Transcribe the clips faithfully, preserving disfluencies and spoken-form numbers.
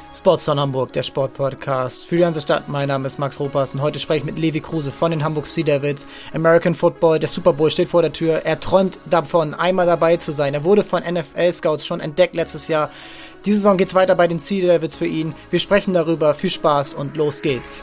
Sportszone Hamburg, der Sportpodcast für die ganze Stadt. Mein Name ist Max Ropas und heute spreche ich mit Levi Kruse von den Hamburg Sea Devils. American Football, der Super Bowl steht vor der Tür. Er träumt davon, einmal dabei zu sein. Er wurde von N F L-Scouts schon entdeckt letztes Jahr. Diese Saison geht's weiter bei den Sea Devils für ihn. Wir sprechen darüber. Viel Spaß und los geht's.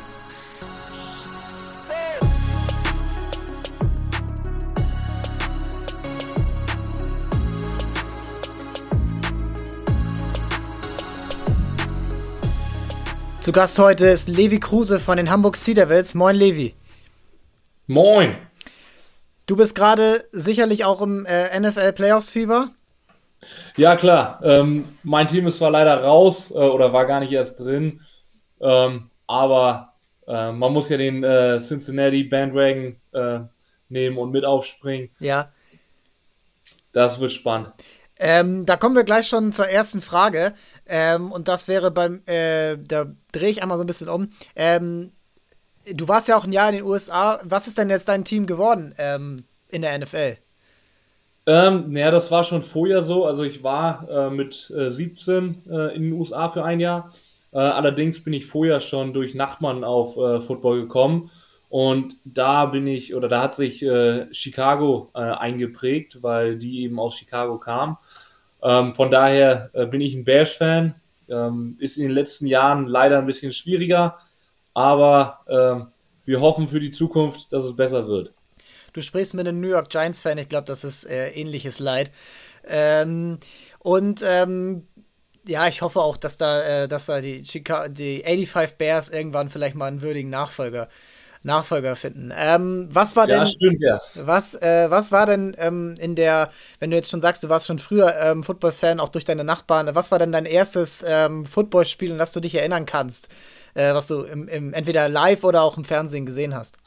Zu Gast heute ist Levi Kruse von den Hamburg Sea Devils. Moin, Levi. Moin. Du bist gerade sicherlich auch im äh, N F L-Playoffs-Fieber? Ja, klar. Ähm, mein Team ist zwar leider raus äh, oder war gar nicht erst drin, ähm, aber äh, man muss ja den äh, Cincinnati Bandwagon äh, nehmen und mit aufspringen. Ja. Das wird spannend. Ähm, da kommen wir gleich schon zur ersten Frage. Ähm, und das wäre beim, äh, da drehe ich einmal so ein bisschen um. Ähm, du warst ja auch ein Jahr in den U S A. Was ist denn jetzt dein Team geworden ähm, in der N F L? Ähm, naja, das war schon vorher so. Also ich war äh, mit äh, siebzehn äh, in den U S A für ein Jahr. Äh, allerdings bin ich vorher schon durch Nachbarn auf äh, Football gekommen. Und da bin ich, oder da hat sich äh, Chicago äh, eingeprägt, weil die eben aus Chicago kam. Ähm, von daher äh, bin ich ein Bears-Fan. Ähm, ist in den letzten Jahren leider ein bisschen schwieriger, aber äh, wir hoffen für die Zukunft, dass es besser wird. Du sprichst mit einem New York Giants-Fan, ich glaube, das ist äh, ähnliches Leid. Ähm, und ähm, ja, ich hoffe auch, dass da, äh, dass da die, Chica- die fünfundachtzig Bears irgendwann vielleicht mal einen würdigen Nachfolger Nachfolger finden. Ähm, was war Ja, denn, stimmt, ja. was, äh, was war denn ähm, in der, wenn du jetzt schon sagst, du warst schon früher ähm, Football-Fan, auch durch deine Nachbarn, was war denn dein erstes ähm, Footballspiel, an das du dich erinnern kannst, äh, was du im, im, entweder live oder auch im Fernsehen gesehen hast?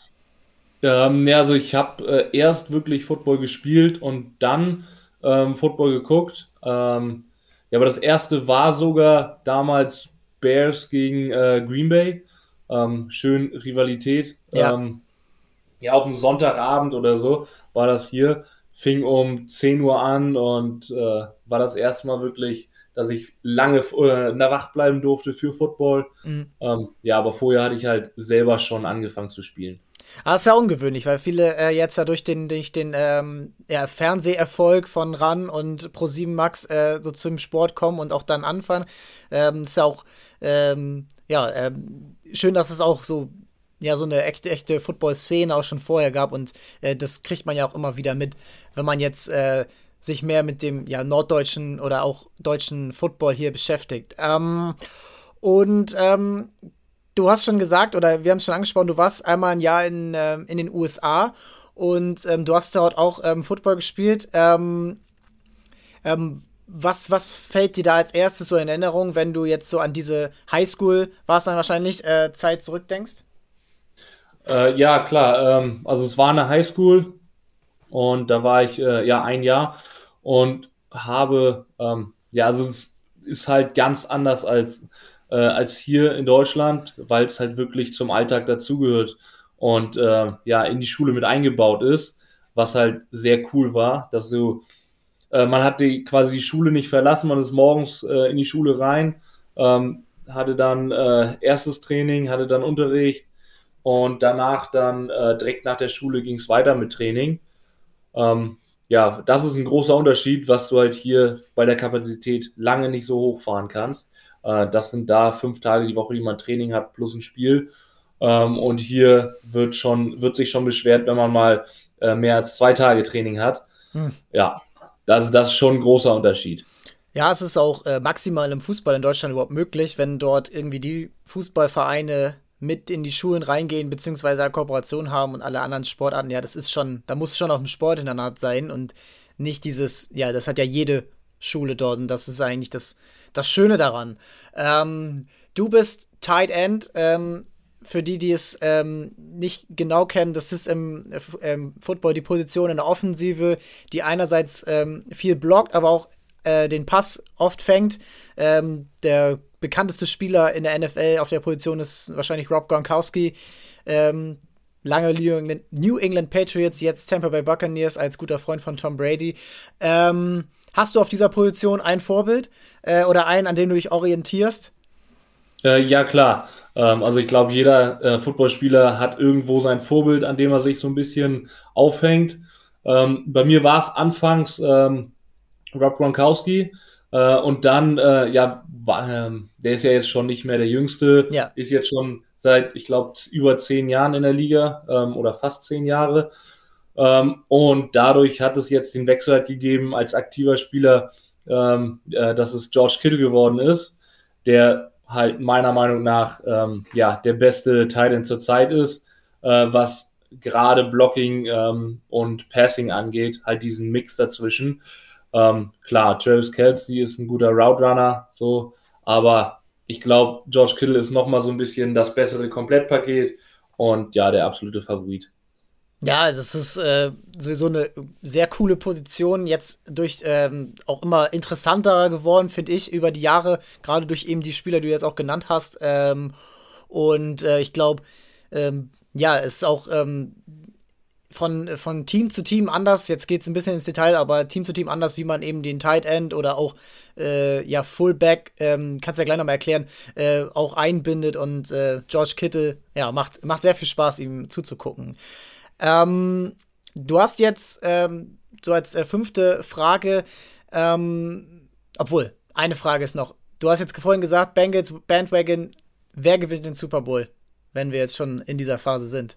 Ähm, ja, also ich habe äh, erst wirklich Football gespielt und dann ähm, Football geguckt. Ähm, ja, aber das erste war sogar damals Bears gegen äh, Green Bay. Ähm, schön Rivalität. Ja. Ähm, ja, auf dem Sonntagabend oder so war das hier. Fing um zehn Uhr an und äh, war das erste Mal wirklich, dass ich lange äh, wach bleiben durfte für Football. Mhm. Ähm, ja, aber vorher hatte ich halt selber schon angefangen zu spielen. Aber das ist ja ungewöhnlich, weil viele äh, jetzt ja durch den, durch den ähm, ja, Fernseherfolg von RAN und ProSieben Max äh, so zum Sport kommen und auch dann anfangen. Ähm, ist ja auch ähm, ja, ähm, schön, dass es auch so ja so eine echte, echte Football-Szene auch schon vorher gab und äh, das kriegt man ja auch immer wieder mit, wenn man jetzt äh, sich mehr mit dem ja norddeutschen oder auch deutschen Football hier beschäftigt. Ähm, und ähm, Du hast schon gesagt, oder wir haben es schon angesprochen, du warst einmal ein Jahr in, ähm, in den U S A und ähm, du hast dort auch ähm, Football gespielt. Ähm, ähm, was, was fällt dir da als erstes so in Erinnerung, wenn du jetzt so an diese Highschool, war es dann wahrscheinlich, äh, Zeit zurückdenkst? Äh, ja, klar. Ähm, also es war eine Highschool und da war ich äh, ja ein Jahr und habe, ähm, ja, also es ist halt ganz anders als, äh, als hier in Deutschland, weil es halt wirklich zum Alltag dazugehört und äh, ja, in die Schule mit eingebaut ist, was halt sehr cool war, dass du, äh, man hat die, quasi die Schule nicht verlassen, man ist morgens äh, in die Schule rein, ähm, hatte dann äh, erstes Training, hatte dann Unterricht und danach dann äh, direkt nach der Schule ging es weiter mit Training. Ähm, ja, das ist ein großer Unterschied, was du halt hier bei der Kapazität lange nicht so hochfahren kannst. Äh, das sind da fünf Tage die Woche, die man Training hat, plus ein Spiel. Ähm, und hier wird schon, wird sich schon beschwert, wenn man mal äh, mehr als zwei Tage Training hat. Hm. Ja, das, das ist schon ein großer Unterschied. Ja, es ist auch äh, maximal im Fußball in Deutschland überhaupt möglich, wenn dort irgendwie die Fußballvereine mit in die Schulen reingehen, beziehungsweise eine Kooperation haben und alle anderen Sportarten, ja, das ist schon, da muss schon auf dem Sportinternat sein und nicht dieses, ja, das hat ja jede Schule dort und das ist eigentlich das, das Schöne daran. Ähm, du bist Tight End, ähm, für die, die es ähm, nicht genau kennen, das ist im ähm, Football die Position in der Offensive, die einerseits ähm, viel blockt, aber auch äh, den Pass oft fängt. Ähm, der bekannteste Spieler in der N F L auf der Position ist wahrscheinlich Rob Gronkowski. Ähm, lange New England, New England Patriots, jetzt Tampa Bay Buccaneers als guter Freund von Tom Brady. Ähm, hast du auf dieser Position ein Vorbild äh, oder einen, an dem du dich orientierst? Äh, ja, klar. Ähm, also ich glaube, jeder äh, Footballspieler hat irgendwo sein Vorbild, an dem er sich so ein bisschen aufhängt. Ähm, bei mir war es anfangs ähm, Rob Gronkowski äh, und dann, äh, ja, war, ähm, der ist ja jetzt schon nicht mehr der Jüngste, Ja. ist jetzt schon seit, ich glaube, über zehn Jahren in der Liga ähm, oder fast zehn Jahre. Ähm, und dadurch hat es jetzt den Wechsel halt gegeben als aktiver Spieler, ähm, äh, dass es George Kittle geworden ist, der halt meiner Meinung nach ähm, ja der beste Tight End zur Zeit ist, äh, was gerade Blocking ähm, und Passing angeht, halt diesen Mix dazwischen. Ähm, klar, Travis Kelce ist ein guter Route Runner, so, aber ich glaube, George Kittle ist nochmal so ein bisschen das bessere Komplettpaket und ja, der absolute Favorit. Ja, das ist äh, sowieso eine sehr coole Position. Jetzt durch ähm, auch immer interessanter geworden, finde ich, über die Jahre, gerade durch eben die Spieler, die du jetzt auch genannt hast. Ähm, und äh, ich glaube, ähm, ja, es ist auch ähm, von, von Team zu Team anders. Jetzt geht es ein bisschen ins Detail, aber Team zu Team anders, wie man eben den Tight End oder auch äh, ja, Fullback, ähm, kannst du ja gleich nochmal erklären, äh, auch einbindet. Und äh, George Kittle, ja, macht, macht sehr viel Spaß, ihm zuzugucken. Ähm, Du hast jetzt ähm, so als äh, fünfte Frage, ähm, obwohl, eine Frage ist noch. Du hast jetzt vorhin gesagt, Bengals Bandwagon, wer gewinnt den Super Bowl, wenn wir jetzt schon in dieser Phase sind?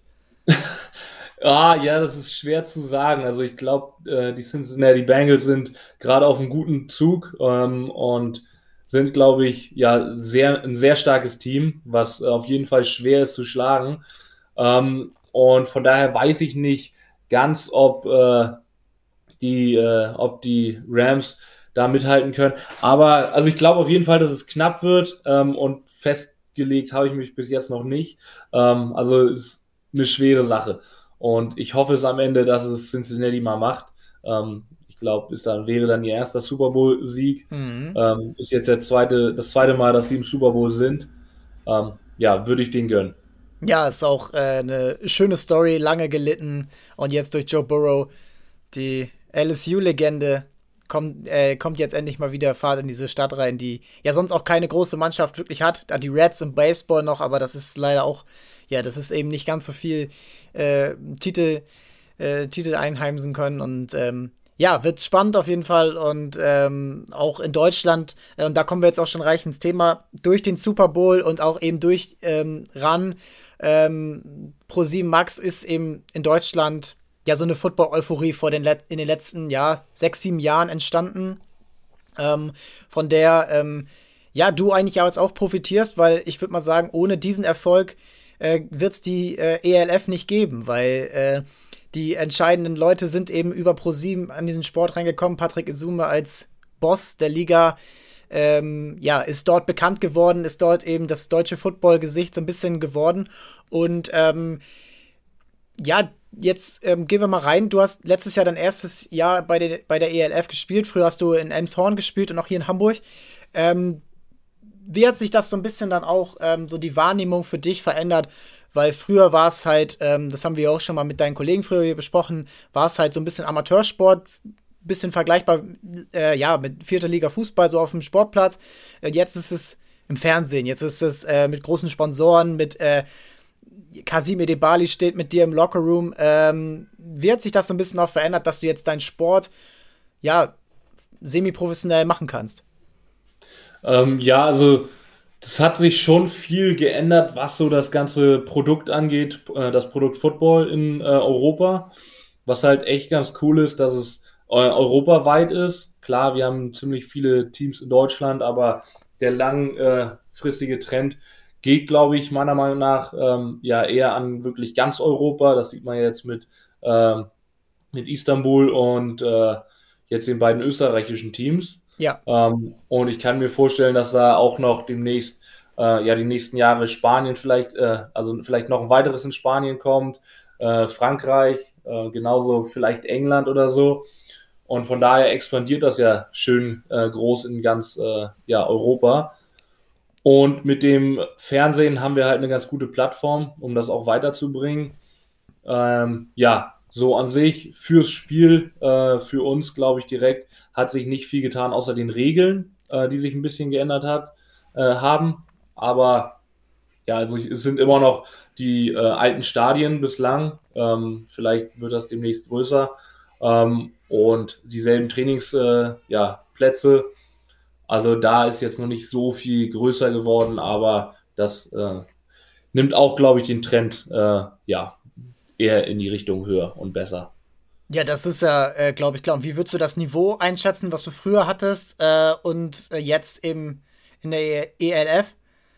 Ah, ja, das ist schwer zu sagen. Also ich glaube, äh, die Cincinnati Bengals sind gerade auf einem guten Zug ähm, und sind, glaube ich, ja sehr ein sehr starkes Team, was auf jeden Fall schwer ist zu schlagen. Ähm, und von daher weiß ich nicht ganz, ob äh, die, äh, ob die Rams da mithalten können. Aber also ich glaube auf jeden Fall, dass es knapp wird ähm, und festgelegt habe ich mich bis jetzt noch nicht. Ähm, also es ist eine schwere Sache. Und ich hoffe es am Ende, dass es Cincinnati mal macht. Ähm, ich glaube, ist dann wäre dann ihr erster Super Bowl-Sieg. Mhm. Ähm, ist jetzt der zweite, das zweite Mal, dass sie im Super Bowl sind. Ähm, ja, würde ich den gönnen. Ja, ist auch äh, eine schöne Story, lange gelitten und jetzt durch Joe Burrow, die L S U-Legende, kommt, äh, kommt jetzt endlich mal wieder Fahrt in diese Stadt rein, die ja sonst auch keine große Mannschaft wirklich hat. Da die Reds im Baseball noch, aber das ist leider auch, ja, das ist eben nicht ganz so viel äh, Titel, äh, Titel einheimsen können und ähm, ja, wird spannend auf jeden Fall und ähm, auch in Deutschland, äh, und da kommen wir jetzt auch schon reich ins Thema, durch den Super Bowl und auch eben durch ähm, RAN, ähm, ProSieben Max ist eben in Deutschland ja so eine Football-Euphorie vor den Let in den letzten ja, sechs, sieben Jahren entstanden, ähm, von der ähm, ja du eigentlich jetzt auch profitierst, weil ich würde mal sagen, ohne diesen Erfolg äh, wird es die äh, E L F nicht geben, weil äh, die entscheidenden Leute sind eben über ProSieben an diesen Sport reingekommen. Patrick Isume als Boss der Liga ähm, ja, ist dort bekannt geworden, ist dort eben das deutsche Football-Gesicht so ein bisschen geworden. Und ähm, ja, jetzt ähm, gehen wir mal rein. Du hast letztes Jahr dein erstes Jahr bei der, bei der E L F gespielt. Früher hast du in Elmshorn gespielt und auch hier in Hamburg. Ähm, Wie hat sich das so ein bisschen dann auch ähm, so die Wahrnehmung für dich verändert? Weil früher war es halt, ähm, das haben wir auch schon mal mit deinen Kollegen früher hier besprochen, war es halt so ein bisschen Amateursport, bisschen vergleichbar, äh, ja, mit vierter Liga Fußball, so auf dem Sportplatz. Äh, jetzt ist es im Fernsehen, jetzt ist es äh, mit großen Sponsoren, mit äh, Kasim Edebali steht mit dir im Lockerroom. Ähm, wie hat sich das so ein bisschen auch verändert, dass du jetzt deinen Sport, ja, semi-professionell machen kannst? Ähm, ja, also das hat sich schon viel geändert, was so das ganze Produkt angeht, äh, das Produkt Football in äh, Europa. Was halt echt ganz cool ist, dass es äh, europaweit ist. Klar, wir haben ziemlich viele Teams in Deutschland, aber der langfristige Trend geht, glaube ich, meiner Meinung nach ähm, ja eher an wirklich ganz Europa. Das sieht man jetzt mit, ähm, mit Istanbul und äh, jetzt den beiden österreichischen Teams. Ja. Ähm, und ich kann mir vorstellen, dass da auch noch demnächst, äh, ja, die nächsten Jahre Spanien vielleicht, äh, also vielleicht noch ein weiteres in Spanien kommt, äh, Frankreich, äh, genauso vielleicht England oder so. Und von daher expandiert das ja schön äh, groß in ganz äh, ja, Europa. Und mit dem Fernsehen haben wir halt eine ganz gute Plattform, um das auch weiterzubringen. Ähm, ja, so an sich fürs Spiel, äh, für uns, glaube ich, direkt, hat sich nicht viel getan, außer den Regeln, äh, die sich ein bisschen geändert hat, äh, haben. aber ja, also es sind immer noch die äh, alten Stadien bislang. Ähm, vielleicht wird das demnächst größer. Ähm, und dieselben Trainingsplätze. Äh, ja, Plätze. Also da ist jetzt noch nicht so viel größer geworden, aber das äh, nimmt auch, glaube ich, den Trend äh, ja, eher in die Richtung höher und besser. Ja, das ist ja, äh, glaube ich, klar. Und wie würdest du das Niveau einschätzen, was du früher hattest äh, und äh, jetzt eben in der E L F?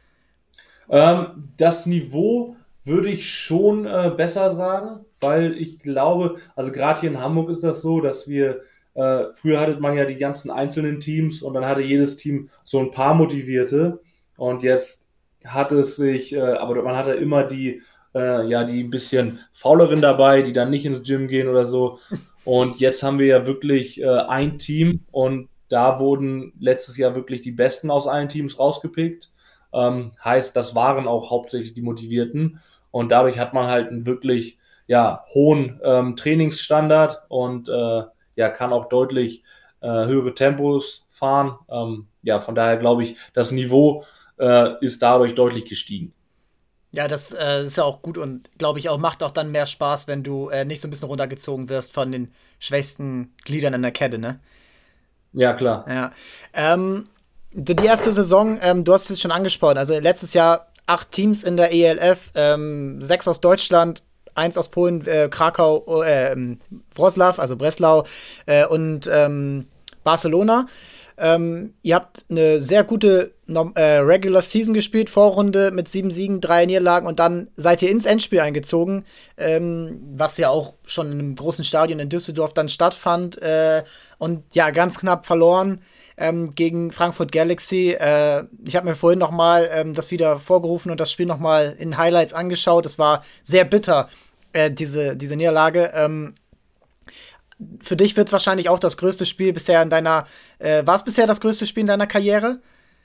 Ähm, das Niveau würde ich schon äh, besser sagen, weil ich glaube, also gerade hier in Hamburg ist das so, dass wir, äh, früher hatte man ja die ganzen einzelnen Teams und dann hatte jedes Team so ein paar Motivierte und jetzt hat es sich, äh, aber man hatte immer die, äh, ja, die ein bisschen fauleren dabei, die dann nicht ins Gym gehen oder so. Und jetzt haben wir ja wirklich äh, ein Team und da wurden letztes Jahr wirklich die Besten aus allen Teams rausgepickt. Ähm, heißt, das waren auch hauptsächlich die Motivierten und dadurch hat man halt einen wirklich ja, hohen ähm, Trainingsstandard und äh, ja, kann auch deutlich äh, höhere Tempos fahren. Ähm, ja, von daher glaube ich, das Niveau äh, ist dadurch deutlich gestiegen. Ja, das äh, ist ja auch gut und glaube ich auch, macht auch dann mehr Spaß, wenn du äh, nicht so ein bisschen runtergezogen wirst von den schwächsten Gliedern in der Kette, ne? Ja, klar. Ja. Ähm, die die erste Saison, ähm, du hast es schon angesprochen, also letztes Jahr acht Teams in der E L F, ähm, sechs aus Deutschland, eins aus Polen, äh, Krakau, äh, ähm, Wroclaw, also Breslau äh, und ähm, Barcelona. Ähm, ihr habt eine sehr gute Nom äh, Regular Season gespielt, Vorrunde mit sieben Siegen, drei Niederlagen und dann seid ihr ins Endspiel eingezogen, ähm, was ja auch schon in einem großen Stadion in Düsseldorf dann stattfand äh, und ja, ganz knapp verloren ähm, gegen Frankfurt Galaxy. Äh, ich habe mir vorhin noch mal ähm, das wieder vorgerufen und das Spiel noch mal in Highlights angeschaut. Es war sehr bitter, äh, diese, diese Niederlage. Ähm, für dich wird es wahrscheinlich auch das größte Spiel bisher in deiner, äh, war es bisher das größte Spiel in deiner Karriere?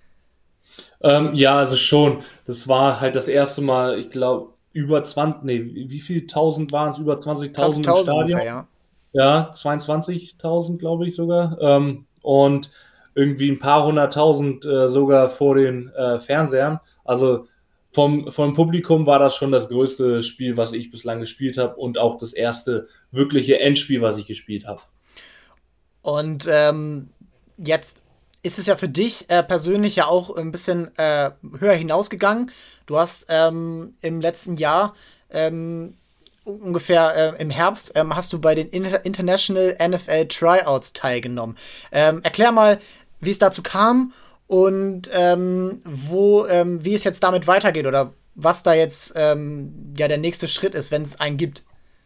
Ähm, ja, also schon. Das war halt das erste Mal, ich glaube, über zwanzig, nee, wie viel tausend waren es? Über zwanzigtausend im zwanzigtausend Stadion. ungefähr, ja. Ja, zweiundzwanzigtausend, glaube ich sogar. Ähm, und irgendwie ein paar hunderttausend äh, sogar vor den äh, Fernsehern. Also vom, vom Publikum war das schon das größte Spiel, was ich bislang gespielt habe und auch das erste wirkliche Endspiel, was ich gespielt habe. Und ähm, jetzt ist es ja für dich äh, persönlich ja auch ein bisschen äh, höher hinausgegangen. Du hast ähm, im letzten Jahr ähm, ungefähr äh, im Herbst ähm, hast du bei den Inter International N F L Tryouts teilgenommen. Ähm, erklär mal, wie es dazu kam und ähm, wo, ähm, wie es jetzt damit weitergeht oder was da jetzt ähm, ja der nächste Schritt ist, wenn es einen gibt.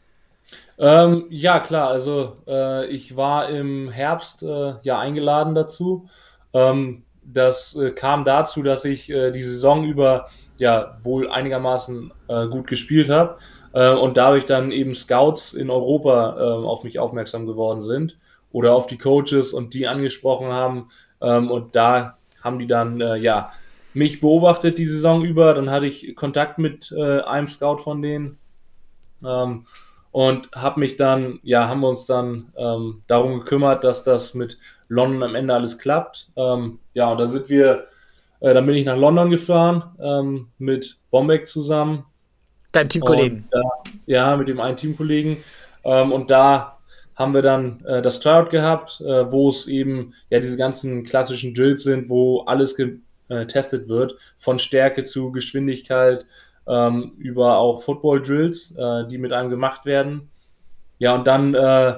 Ähm, ja, klar, also äh, ich war im Herbst äh, ja eingeladen dazu. Ähm, das äh, kam dazu, dass ich äh, die Saison über ja wohl einigermaßen äh, gut gespielt habe äh, und dadurch dann eben Scouts in Europa äh, auf mich aufmerksam geworden sind oder auf die Coaches und die angesprochen haben. Ähm, und da haben die dann äh, ja mich beobachtet die Saison über. Dann hatte ich Kontakt mit äh, einem Scout von denen. Ähm, und habe mich dann, ja, haben wir uns dann ähm, darum gekümmert, dass das mit London am Ende alles klappt. Ähm, ja, und da sind wir, äh, dann bin ich nach London gefahren ähm, mit Bombeck zusammen Deinem und Teamkollegen. äh, ja, mit dem einen Teamkollegen. Ähm, und da haben wir dann äh, das Tryout gehabt, äh, wo es eben ja diese ganzen klassischen Drills sind, wo alles getestet wird, von Stärke zu Geschwindigkeit, ähm, über auch Football Drills, äh, die mit einem gemacht werden. Ja, und dann äh,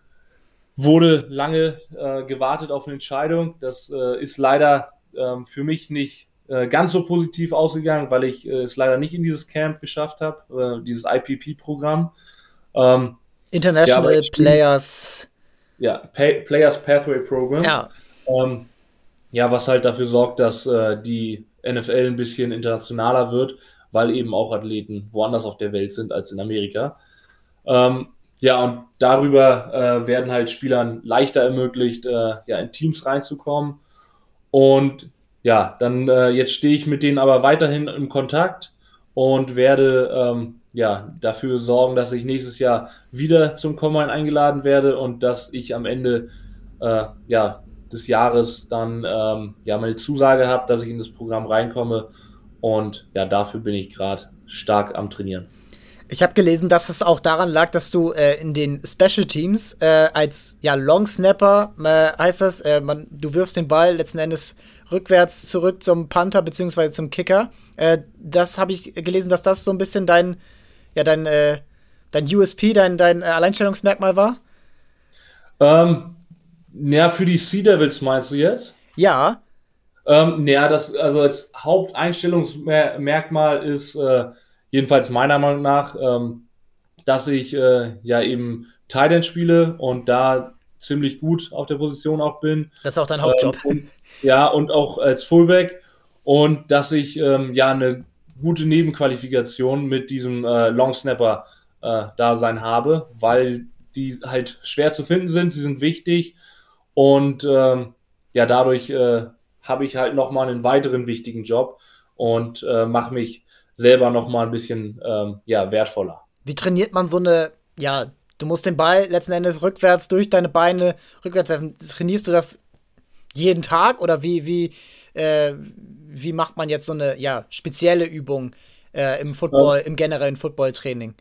wurde lange äh, gewartet auf eine Entscheidung. Das äh, ist leider äh, für mich nicht äh, ganz so positiv ausgegangen, weil ich äh, es leider nicht in dieses Camp geschafft habe, äh, dieses I P P-Programm. Ähm, ja, aber International ich spiele, Players. ja, Pay, Players Pathway Program. Ja, Ähm, ja, was halt dafür sorgt, dass äh, die N F L ein bisschen internationaler wird, weil eben auch Athleten woanders auf der Welt sind als in Amerika. Ähm, ja, und darüber äh, werden halt Spielern leichter ermöglicht, äh, ja, in Teams reinzukommen. Und ja, dann äh, jetzt stehe ich mit denen aber weiterhin im Kontakt und werde ähm, ja dafür sorgen, dass ich nächstes Jahr wieder zum Combine eingeladen werde und dass ich am Ende äh, ja, des Jahres dann ähm, ja meine Zusage habe, dass ich in das Programm reinkomme Und ja, dafür bin ich gerade stark am Trainieren. Ich habe gelesen, dass es auch daran lag, dass du äh, in den Special Teams äh, als ja, Long Snapper, äh, heißt das, äh, man, du wirfst den Ball letzten Endes rückwärts zurück zum Panther beziehungsweise zum Kicker. Äh, das habe ich gelesen, dass das so ein bisschen dein, ja, dein, äh, dein U S P, dein, dein äh, Alleinstellungsmerkmal war. Ähm, ja, für die Sea Devils meinst du jetzt? Ja, Ähm, ja, das, also als Haupteinstellungsmerkmal ist, äh, jedenfalls meiner Meinung nach, ähm, dass ich äh, ja eben Tight End spiele und da ziemlich gut auf der Position auch bin. das ist auch dein Ähm, Hauptjob. und, ja, und auch als Fullback und dass ich ähm, ja eine gute Nebenqualifikation mit diesem äh, Long Snapper äh, Dasein habe, weil die halt schwer zu finden sind, sie sind wichtig und ähm, ja, dadurch äh, habe ich halt nochmal einen weiteren wichtigen Job und äh, mache mich selber nochmal ein bisschen ähm, ja, wertvoller. Wie trainiert man so eine, ja, du musst den Ball letzten Endes rückwärts durch deine Beine rückwärts werfen. Trainierst du das jeden Tag oder wie, wie, äh, wie macht man jetzt so eine, ja, spezielle Übung äh, im Ähm, Football, im generellen Footballtraining?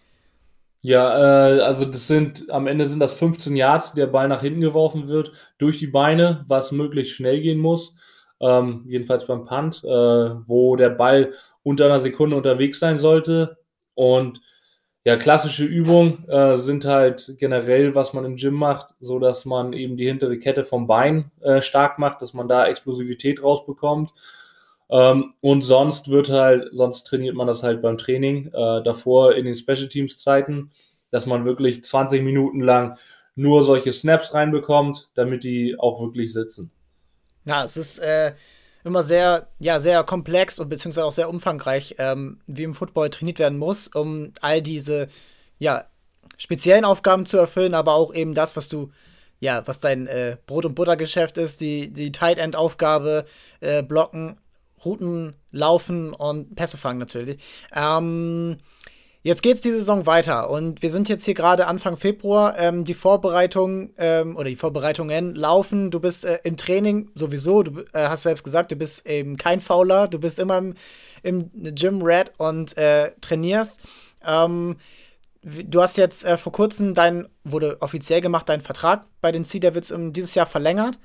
Ja, äh, also das sind, am Ende sind das fünfzehn Yards, die der Ball nach hinten geworfen wird, durch die Beine, was möglichst schnell gehen muss. Ähm, jedenfalls beim Punt, äh, wo der Ball unter einer Sekunde unterwegs sein sollte. Und ja, klassische Übungen äh, sind halt generell, was man im Gym macht, so dass man eben die hintere Kette vom Bein äh, stark macht, dass man da Explosivität rausbekommt. Ähm, und sonst wird halt, sonst trainiert man das halt beim Training, äh, davor in den Special Teams Zeiten, dass man wirklich zwanzig Minuten lang nur solche Snaps reinbekommt, damit die auch wirklich sitzen. Ja, es ist äh, immer sehr, ja, sehr komplex und beziehungsweise auch sehr umfangreich, ähm, wie im Football trainiert werden muss, um all diese, ja, speziellen Aufgaben zu erfüllen, aber auch eben das, was du, ja, was dein äh, Brot- und Buttergeschäft ist, die, die Tight End-Aufgabe, äh, blocken, Routen laufen und Pässe fangen natürlich. Ähm, Jetzt geht's die Saison weiter und wir sind jetzt hier gerade Anfang Februar. Ähm, die Vorbereitung ähm, oder die Vorbereitungen laufen. Du bist äh, im Training sowieso. Du äh, hast selbst gesagt, du bist eben kein Fauler. Du bist immer im, im Gym Rat und äh, trainierst. Ähm, Du hast jetzt äh, vor kurzem dein, wurde offiziell gemacht, dein Vertrag bei den Sea Devils um dieses Jahr verlängert.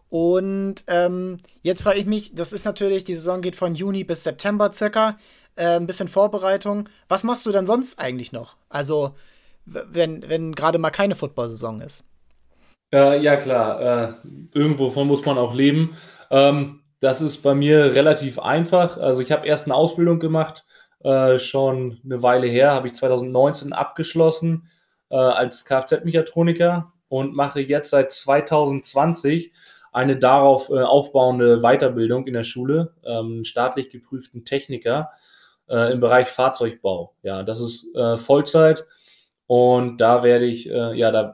Und ähm, jetzt frage ich mich, das ist natürlich, die Saison geht von Juni bis September circa, äh, ein bisschen Vorbereitung. Was machst du denn sonst eigentlich noch? Also, wenn, wenn gerade mal keine Football-Saison ist. Äh, ja, klar, äh, irgendwovon muss man auch leben. Ähm, das ist bei mir relativ einfach. Also ich habe erst eine Ausbildung gemacht, äh, schon eine Weile her, habe ich zwanzig neunzehn abgeschlossen äh, als Kfz-Mechatroniker und mache jetzt seit zwanzig zwanzig eine darauf äh, aufbauende Weiterbildung in der Schule, ähm, staatlich geprüften Techniker äh, im Bereich Fahrzeugbau. Ja, das ist äh, Vollzeit und da werde ich, äh, ja, da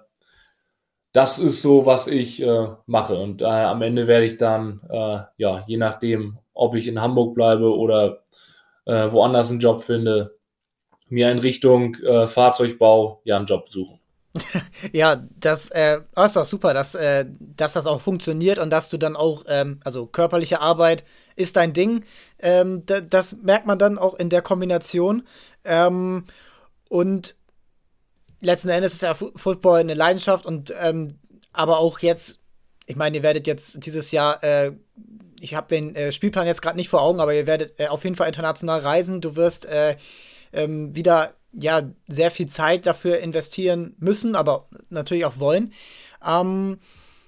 das ist so, was ich äh, mache. Und äh, am Ende werde ich dann, äh, ja, je nachdem, ob ich in Hamburg bleibe oder äh, woanders einen Job finde, mir in Richtung äh, Fahrzeugbau ja einen Job suchen. Ja, das äh, oh, ist doch super, dass, äh, dass das auch funktioniert und dass du dann auch, ähm, also körperliche Arbeit ist dein Ding. Ähm, da, das merkt man dann auch in der Kombination. Ähm, und letzten Endes ist ja Fu- Football eine Leidenschaft und ähm, aber auch jetzt, ich meine, ihr werdet jetzt dieses Jahr, äh, ich habe den äh, Spielplan jetzt gerade nicht vor Augen, aber ihr werdet äh, auf jeden Fall international reisen. Du wirst äh, ähm, wieder ja sehr viel Zeit dafür investieren müssen, aber natürlich auch wollen. Ähm,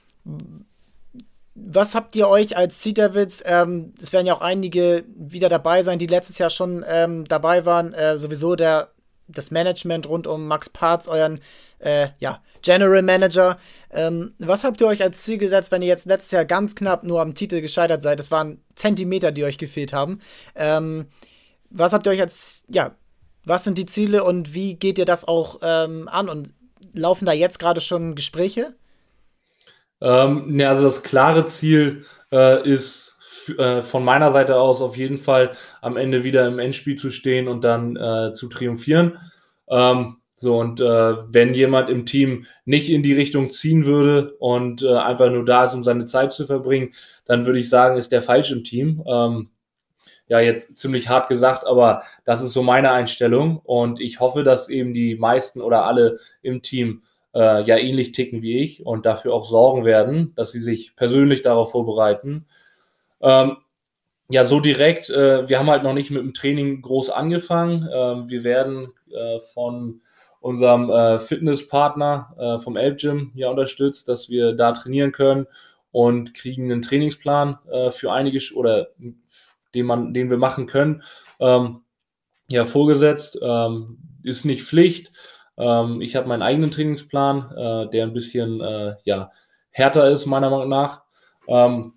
Was habt ihr euch als Sea Devils, ähm, es werden ja auch einige wieder dabei sein, die letztes Jahr schon ähm, dabei waren, äh, sowieso der, das Management rund um Max Parz, euren äh, ja, General Manager. Ähm, was habt ihr euch als Ziel gesetzt, wenn ihr jetzt letztes Jahr ganz knapp nur am Titel gescheitert seid? Das waren Zentimeter, die euch gefehlt haben. Ähm, was habt ihr euch als, ja, was sind die Ziele und wie geht ihr das auch ähm, an? Und laufen da jetzt gerade schon Gespräche? Ähm, ne, also das klare Ziel äh, ist f- äh, von meiner Seite aus auf jeden Fall am Ende wieder im Endspiel zu stehen und dann äh, zu triumphieren. Ähm, so und äh, wenn jemand im Team nicht in die Richtung ziehen würde und äh, einfach nur da ist, um seine Zeit zu verbringen, dann würde ich sagen, ist der falsch im Team. Ähm, ja jetzt ziemlich hart gesagt, aber das ist so meine Einstellung und ich hoffe, dass eben die meisten oder alle im Team äh, ja ähnlich ticken wie ich und dafür auch sorgen werden, dass sie sich persönlich darauf vorbereiten. Ähm, ja, so direkt, äh, wir haben halt noch nicht mit dem Training groß angefangen. Ähm, wir werden äh, von unserem äh, Fitnesspartner äh, vom Elbgym ja unterstützt, dass wir da trainieren können und kriegen einen Trainingsplan äh, für einige oder den man, den wir machen können, ähm, ja vorgesetzt. Ähm, ist nicht Pflicht. Ähm, ich habe meinen eigenen Trainingsplan, äh, der ein bisschen äh, ja härter ist meiner Meinung nach. Ähm,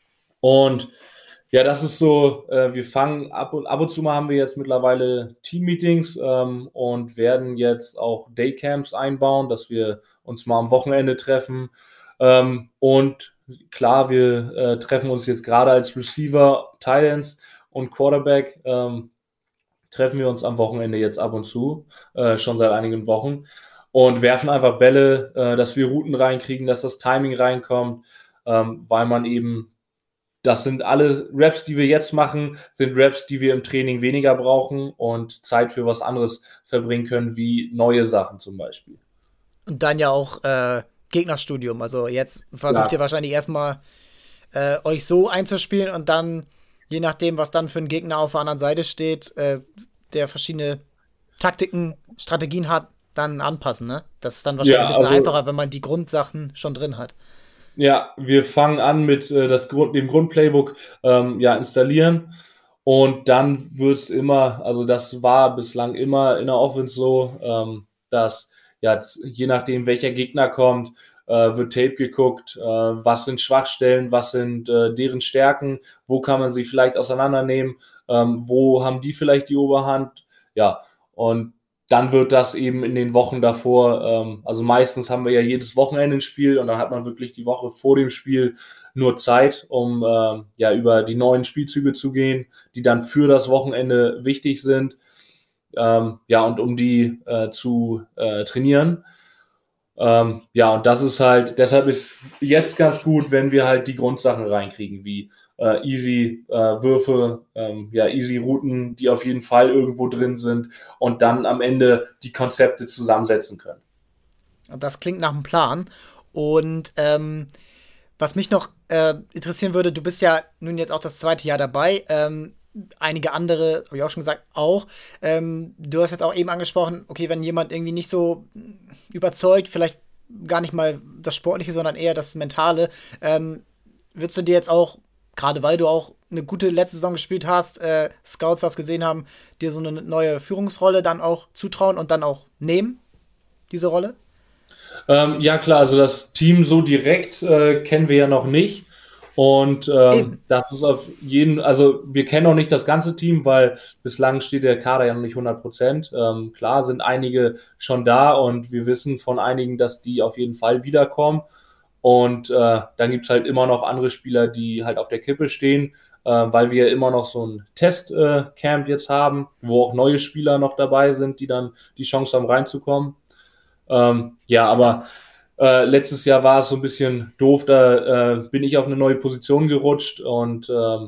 und ja, das ist so, äh, wir fangen ab und ab und zu mal haben wir jetzt mittlerweile Team-Meetings ähm, und werden jetzt auch Daycamps einbauen, dass wir uns mal am Wochenende treffen. Ähm, und klar, wir äh, treffen uns jetzt gerade als Receiver, Tight Ends und Quarterback, ähm, treffen wir uns am Wochenende jetzt ab und zu, äh, schon seit einigen Wochen und werfen einfach Bälle, äh, dass wir Routen reinkriegen, dass das Timing reinkommt, ähm, weil man eben das sind alle Reps, die wir jetzt machen, sind Reps, die wir im Training weniger brauchen und Zeit für was anderes verbringen können, wie neue Sachen zum Beispiel. Und dann ja auch äh, Gegnerstudium. Also jetzt versucht ihr Ja, wahrscheinlich erstmal äh, euch so einzuspielen und dann, je nachdem, was dann für ein Gegner auf der anderen Seite steht, äh, der verschiedene Taktiken, Strategien hat, dann anpassen, ne? Das ist dann wahrscheinlich ein ja, bisschen also einfacher, wenn man die Grundsachen schon drin hat. ja, wir fangen an mit äh, das Grund, dem Grundplaybook ähm, ja, installieren und dann wird es immer, also das war bislang immer in der Offense so, ähm, dass ja, je nachdem welcher Gegner kommt, äh, wird Tape geguckt, äh, was sind Schwachstellen, was sind äh, deren Stärken, wo kann man sie vielleicht auseinandernehmen, ähm, wo haben die vielleicht die Oberhand, ja, und dann wird das eben in den Wochen davor, ähm, also meistens haben wir ja jedes Wochenende ein Spiel und dann hat man wirklich die Woche vor dem Spiel nur Zeit, um ähm, ja über die neuen Spielzüge zu gehen, die dann für das Wochenende wichtig sind, ähm, ja und um die äh, zu äh, trainieren. Ähm, ja, und das ist halt, deshalb ist jetzt ganz gut, wenn wir halt die Grundsachen reinkriegen, wie äh, easy äh, Würfe, ähm, ja, easy Routen, die auf jeden Fall irgendwo drin sind und dann am Ende die Konzepte zusammensetzen können. Das klingt nach einem Plan. Und ähm, was mich noch äh, interessieren würde, du bist ja nun jetzt auch das zweite Jahr dabei. Ähm, einige andere, habe ich auch schon gesagt, auch. Ähm, du hast jetzt auch eben angesprochen, okay, wenn jemand irgendwie nicht so überzeugt, vielleicht gar nicht mal das Sportliche, sondern eher das Mentale, ähm, würdest du dir jetzt auch, gerade weil du auch eine gute letzte Saison gespielt hast, äh, Scouts das gesehen haben, dir so eine neue Führungsrolle dann auch zutrauen und dann auch nehmen, diese Rolle? Ähm, ja klar, also das Team so direkt äh, kennen wir ja noch nicht. Und ähm, Eben. das ist auf jeden, also wir kennen noch nicht das ganze Team, weil bislang steht der Kader ja noch nicht hundert Prozent. Ähm, klar sind einige schon da und wir wissen von einigen, dass die auf jeden Fall wiederkommen. Und äh, dann gibt's halt immer noch andere Spieler, die halt auf der Kippe stehen, äh, weil wir immer noch so ein Testcamp äh, Camp jetzt haben, wo auch neue Spieler noch dabei sind, die dann die Chance haben reinzukommen. Ähm, ja, aber äh, letztes Jahr war es so ein bisschen doof, da äh, bin ich auf eine neue Position gerutscht und ähm,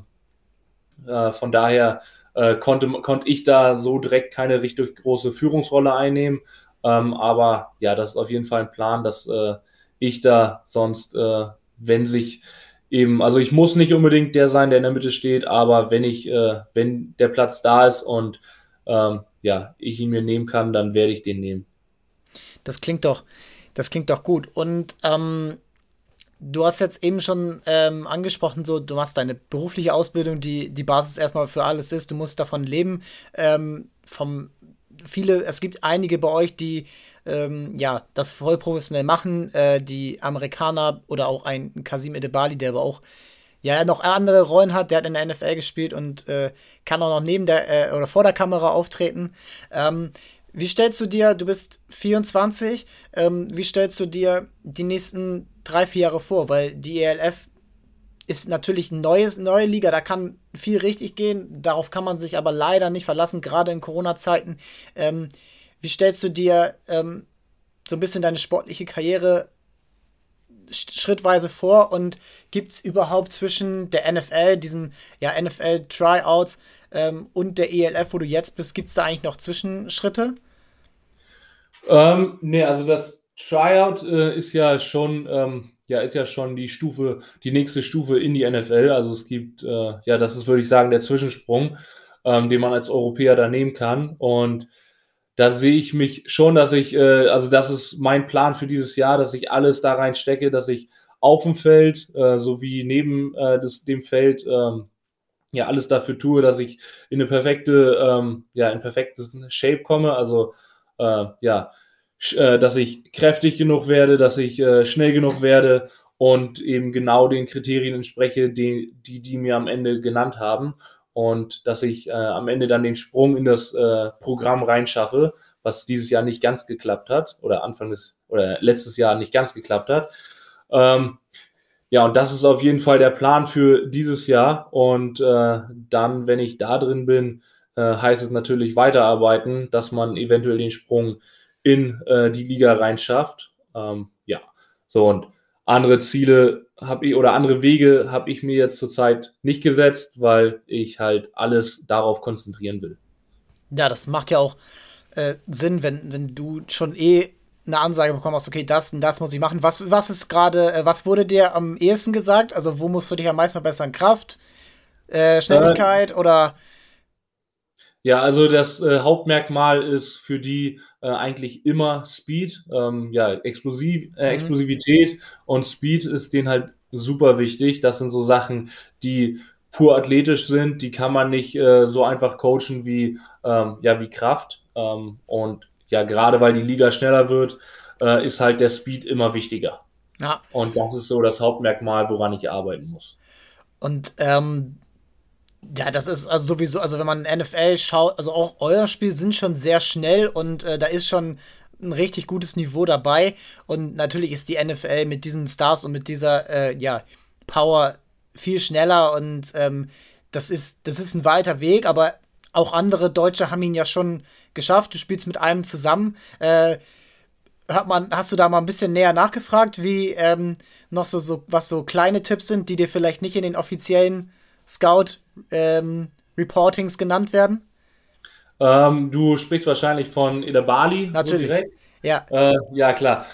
äh, von daher äh, konnte, konnte ich da so direkt keine richtig große Führungsrolle einnehmen. Ähm, aber ja, das ist auf jeden Fall ein Plan, dass äh, ich da sonst, äh, wenn sich eben, also ich muss nicht unbedingt der sein, der in der Mitte steht, aber wenn ich, äh, wenn der Platz da ist und ähm, ja, ich ihn mir nehmen kann, dann werde ich den nehmen. Das klingt doch, das klingt doch gut. Und ähm, du hast jetzt eben schon ähm, angesprochen, so du machst deine berufliche Ausbildung, die die Basis erstmal für alles ist. Du musst davon leben. Ähm, vom viele, es gibt einige bei euch, die ähm, ja das voll professionell machen. Äh, die Amerikaner oder auch ein Kasim Edebali, der aber auch ja noch andere Rollen hat. Der hat in der N F L gespielt und äh, kann auch noch neben der äh, oder vor der Kamera auftreten. Ähm, wie stellst du dir, du bist vierundzwanzig, ähm, wie stellst du dir die nächsten drei, vier Jahre vor? Weil die E L F ist natürlich ein neues, neue Liga, da kann viel richtig gehen, darauf kann man sich aber leider nicht verlassen, gerade in Corona-Zeiten. Ähm, wie stellst du dir ähm, so ein bisschen deine sportliche Karriere schrittweise vor und gibt es überhaupt zwischen der N F L, diesen ja, N F L-Tryouts ähm, und der E L F, wo du jetzt bist, gibt es da eigentlich noch Zwischenschritte? Ähm, nee, also das Tryout äh, ist ja schon, ähm, ja, ist ja schon die Stufe, die nächste Stufe in die N F L. Also es gibt, äh, ja, das ist, würde ich sagen, der Zwischensprung, ähm, den man als Europäer da nehmen kann. Und da sehe ich mich schon, dass ich, äh, also das ist mein Plan für dieses Jahr, dass ich alles da rein stecke, dass ich auf dem Feld äh, sowie neben äh, des, dem Feld ähm, ja alles dafür tue, dass ich in eine perfekte, ähm, ja, in perfektes Shape komme. Also äh, ja, sch- äh, dass ich kräftig genug werde, dass ich äh, schnell genug werde und eben genau den Kriterien entspreche, die die, die mir am Ende genannt haben. Und dass ich äh, am Ende dann den Sprung in das äh, Programm reinschaffe, was dieses Jahr nicht ganz geklappt hat oder Anfang des oder letztes Jahr nicht ganz geklappt hat. Ähm, ja, und das ist auf jeden Fall der Plan für dieses Jahr. Und äh, dann, wenn ich da drin bin, äh, heißt es natürlich weiterarbeiten, dass man eventuell den Sprung in äh, die Liga reinschafft. Ähm, ja, so und andere Ziele habe ich oder andere Wege habe ich mir jetzt zurzeit nicht gesetzt, weil ich halt alles darauf konzentrieren will. Ja, das macht ja auch äh, Sinn, wenn, wenn du schon eh eine Ansage bekommen hast, okay, das und das muss ich machen. Was, was ist gerade, äh, was wurde dir am ehesten gesagt? Also, wo musst du dich am meisten verbessern? Kraft, äh, Äh, Schnelligkeit oder Ja, also das äh, Hauptmerkmal ist für die äh, eigentlich immer Speed, ähm, ja, Explosiv, äh, mhm. Explosivität und Speed ist denen halt super wichtig. Das sind so Sachen, die pur athletisch sind, die kann man nicht äh, so einfach coachen wie, ähm, ja, wie Kraft. Ähm, und ja, gerade weil die Liga schneller wird, äh, ist halt der Speed immer wichtiger. Ja. Und das ist so das Hauptmerkmal, woran ich arbeiten muss. Und ähm, ja, das ist also sowieso, also wenn man N F L schaut, also auch euer Spiel sind schon sehr schnell und äh, da ist schon ein richtig gutes Niveau dabei. Und natürlich ist die N F L mit diesen Stars und mit dieser äh, ja, Power viel schneller und ähm, das ist, das ist ein weiter Weg, aber auch andere Deutsche haben ihn ja schon geschafft. Du spielst mit einem zusammen. Äh, hat man, hast du da mal ein bisschen näher nachgefragt, wie ähm, noch so, so, was so kleine Tipps sind, die dir vielleicht nicht in den offiziellen Scout ähm, Reportings genannt werden? Ähm, du sprichst wahrscheinlich von Edabali, so Natürlich. direkt. Ja. Äh, ja, klar.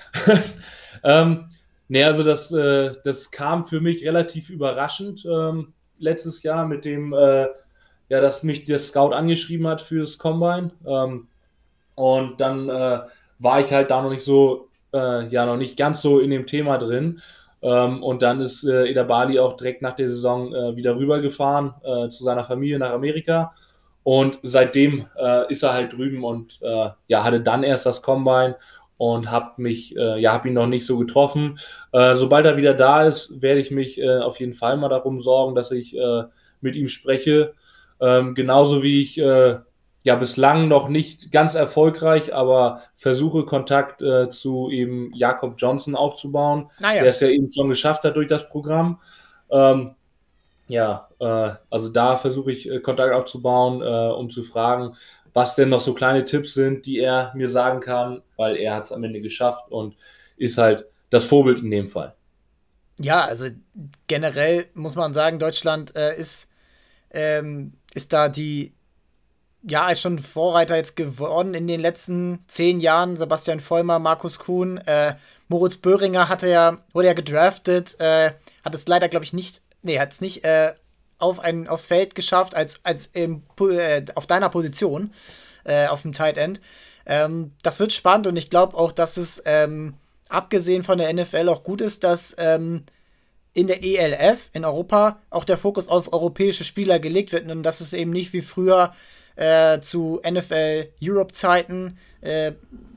ähm, nee, also das, äh, das kam für mich relativ überraschend ähm, letztes Jahr mit dem, äh, ja, dass mich der Scout angeschrieben hat fürs Combine. Ähm, und dann äh, war ich halt da noch nicht so, äh, ja, noch nicht ganz so in dem Thema drin. Ähm, und dann ist äh, Edabali auch direkt nach der Saison äh, wieder rübergefahren äh, zu seiner Familie nach Amerika. Und seitdem äh, ist er halt drüben und äh, ja, hatte dann erst das Combine und habe mich, äh, ja, habe ihn noch nicht so getroffen. Äh, sobald er wieder da ist, werde ich mich äh, auf jeden Fall mal darum sorgen, dass ich äh, mit ihm spreche. Ähm, genauso wie ich äh, ja bislang noch nicht ganz erfolgreich, aber versuche Kontakt äh, zu eben Jakob Johnson aufzubauen, der Naja. es ja eben schon geschafft hat durch das Programm. Ähm, ja, äh, also da versuche ich äh, Kontakt aufzubauen, äh, um zu fragen, was denn noch so kleine Tipps sind, die er mir sagen kann, weil er hat es am Ende geschafft und ist halt das Vorbild in dem Fall. Ja, also generell muss man sagen, Deutschland äh, ist, ähm, ist da die, ja, ist schon Vorreiter jetzt geworden in den letzten zehn Jahren. Sebastian Vollmer, Markus Kuhn, äh, Moritz Böhringer hatte ja, wurde ja gedraftet, äh, hat es leider, glaube ich, nicht, nee, hat es nicht äh, auf ein, aufs Feld geschafft, als, als im, äh, auf deiner Position, äh, auf dem Tight End. Ähm, das wird spannend und ich glaube auch, dass es ähm, abgesehen von der N F L auch gut ist, dass ähm, in der E L F in Europa auch der Fokus auf europäische Spieler gelegt wird und dass es eben nicht wie früher äh, zu N F L Europe Zeiten äh,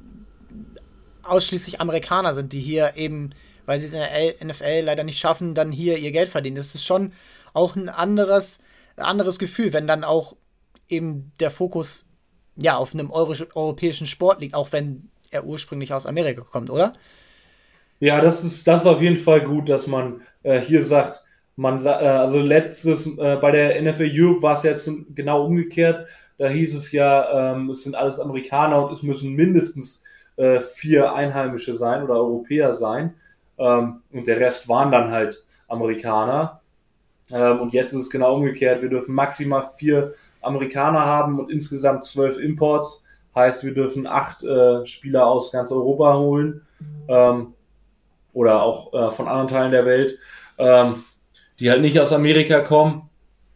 ausschließlich Amerikaner sind, die hier eben, weil sie es in der N F L leider nicht schaffen, dann hier ihr Geld verdienen. Das ist schon auch ein anderes, anderes Gefühl, wenn dann auch eben der Fokus ja auf einem Euro europäischen Sport liegt, auch wenn er ursprünglich aus Amerika kommt, oder? Ja, das ist, das ist auf jeden Fall gut, dass man äh, hier sagt, man sa äh, also letztes äh, bei der N F L Europe war es jetzt genau umgekehrt. Da hieß es ja, ähm, es sind alles Amerikaner und es müssen mindestens äh, vier Einheimische sein oder Europäer sein. ähm, und der Rest waren dann halt Amerikaner. Ähm, und jetzt ist es genau umgekehrt. Wir dürfen maximal vier Amerikaner haben und insgesamt zwölf Imports. Heißt, wir dürfen acht äh, Spieler aus ganz Europa holen ähm, oder auch äh, von anderen Teilen der Welt, ähm, die halt nicht aus Amerika kommen.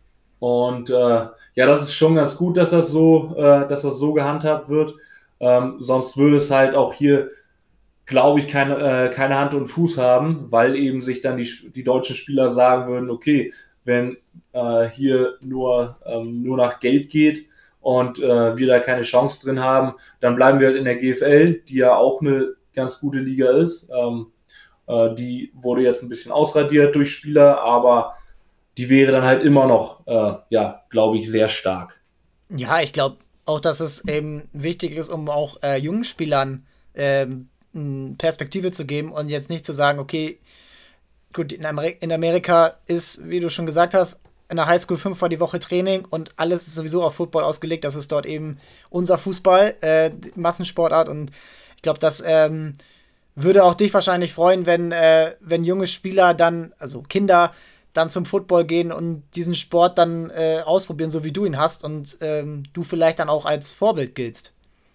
Und äh, ja, das ist schon ganz gut, dass das so, äh, dass das so gehandhabt wird. Ähm, sonst würde es halt auch hier, glaube ich, keine, äh, keine Hand und Fuß haben, weil eben sich dann die, die deutschen Spieler sagen würden, okay, wenn äh, hier nur, ähm, nur nach Geld geht und äh, wir da keine Chance drin haben, dann bleiben wir halt in der G F L, die ja auch eine ganz gute Liga ist. Ähm, äh, die wurde jetzt ein bisschen ausradiert durch Spieler, aber die wäre dann halt immer noch, äh, ja, glaube ich, sehr stark. Ja, ich glaube auch, dass es eben wichtig ist, um auch äh, jungen Spielern ähm, eine Perspektive zu geben und jetzt nicht zu sagen, okay, gut, in, Ameri in Amerika ist, wie du schon gesagt hast, in der Highschool fünfmal die Woche Training und alles ist sowieso auf Football ausgelegt. Das ist dort eben unser Fußball, äh, Massensportart. Und ich glaube, das ähm, würde auch dich wahrscheinlich freuen, wenn, äh, wenn junge Spieler dann, also Kinder, dann zum Football gehen und diesen Sport dann äh, ausprobieren, so wie du ihn hast und ähm, du vielleicht dann auch als Vorbild giltst.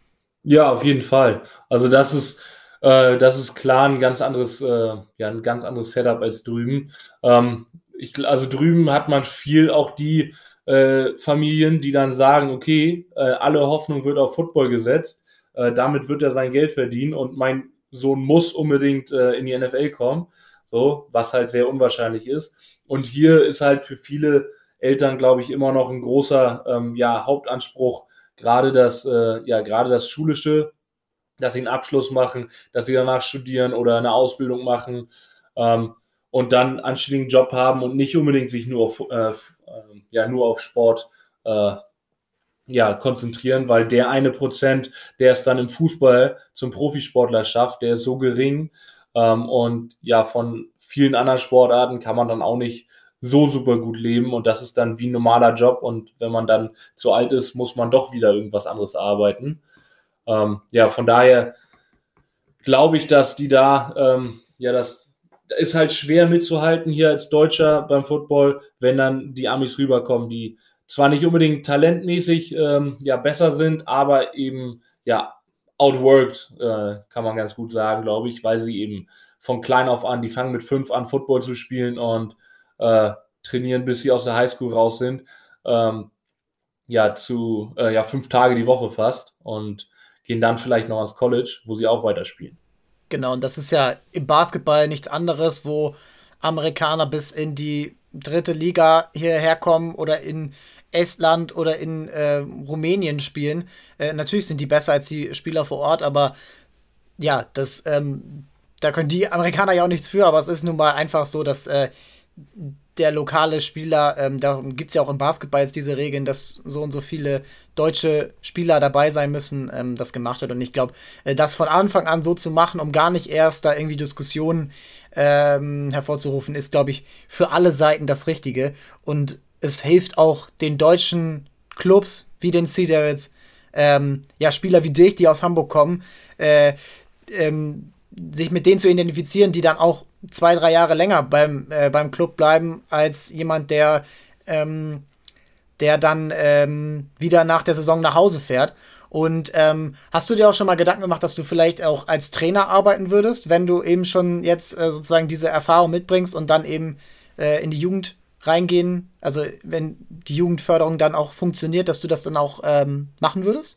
Ja, auf jeden Fall. Also das ist, äh, das ist klar ein ganz anderes, äh, ja, ein ganz anderes Setup als drüben. Ähm, ich, also drüben hat man viel auch die äh, Familien, die dann sagen, okay, äh, alle Hoffnung wird auf Football gesetzt, äh, damit wird er sein Geld verdienen und mein Sohn muss unbedingt äh, in die N F L kommen, so, was halt sehr unwahrscheinlich ist. Und hier ist halt für viele Eltern, glaube ich, immer noch ein großer ähm, ja, Hauptanspruch, gerade das, äh, ja, gerade das Schulische, dass sie einen Abschluss machen, dass sie danach studieren oder eine Ausbildung machen ähm, und dann einen anständigen Job haben und nicht unbedingt sich nur auf, äh, äh, ja, nur auf Sport äh, ja, konzentrieren, weil der eine Prozent, der es dann im Fußball zum Profisportler schafft, der ist so gering ähm, und ja, von vielen anderen Sportarten kann man dann auch nicht so super gut leben und das ist dann wie ein normaler Job und wenn man dann zu alt ist, muss man doch wieder irgendwas anderes arbeiten. Ähm, ja, von daher glaube ich, dass die da, ähm, ja, das ist halt schwer mitzuhalten hier als Deutscher beim Football, wenn dann die Amis rüberkommen, die zwar nicht unbedingt talentmäßig ähm, ja, besser sind, aber eben ja outworked, äh, kann man ganz gut sagen, glaube ich, weil sie eben von klein auf an, die fangen mit fünf an, Football zu spielen und äh, trainieren, bis sie aus der Highschool raus sind. Ähm, ja, zu äh, ja, fünf Tage die Woche fast und gehen dann vielleicht noch ans College, wo sie auch weiterspielen. Genau, und das ist ja im Basketball nichts anderes, wo Amerikaner bis in die dritte Liga hierher kommen oder in Estland oder in äh, Rumänien spielen. Äh, natürlich sind die besser als die Spieler vor Ort, aber ja, das, ähm, da können die Amerikaner ja auch nichts für, aber es ist nun mal einfach so, dass äh, der lokale Spieler, ähm, darum gibt es ja auch im Basketball jetzt diese Regeln, dass so und so viele deutsche Spieler dabei sein müssen, ähm, das gemacht wird. Und ich glaube, äh, das von Anfang an so zu machen, um gar nicht erst da irgendwie Diskussionen ähm, hervorzurufen, ist, glaube ich, für alle Seiten das Richtige. Und es hilft auch den deutschen Clubs wie den Sea Devils, ähm, ja, Spieler wie dich, die aus Hamburg kommen, äh, ähm, sich mit denen zu identifizieren, die dann auch zwei, drei Jahre länger beim, äh, beim Club bleiben, als jemand, der, ähm, der dann ähm, wieder nach der Saison nach Hause fährt. Und ähm, hast du dir auch schon mal Gedanken gemacht, dass du vielleicht auch als Trainer arbeiten würdest, wenn du eben schon jetzt äh, sozusagen diese Erfahrung mitbringst und dann eben äh, in die Jugend reingehen, also wenn die Jugendförderung dann auch funktioniert, dass du das dann auch ähm, machen würdest?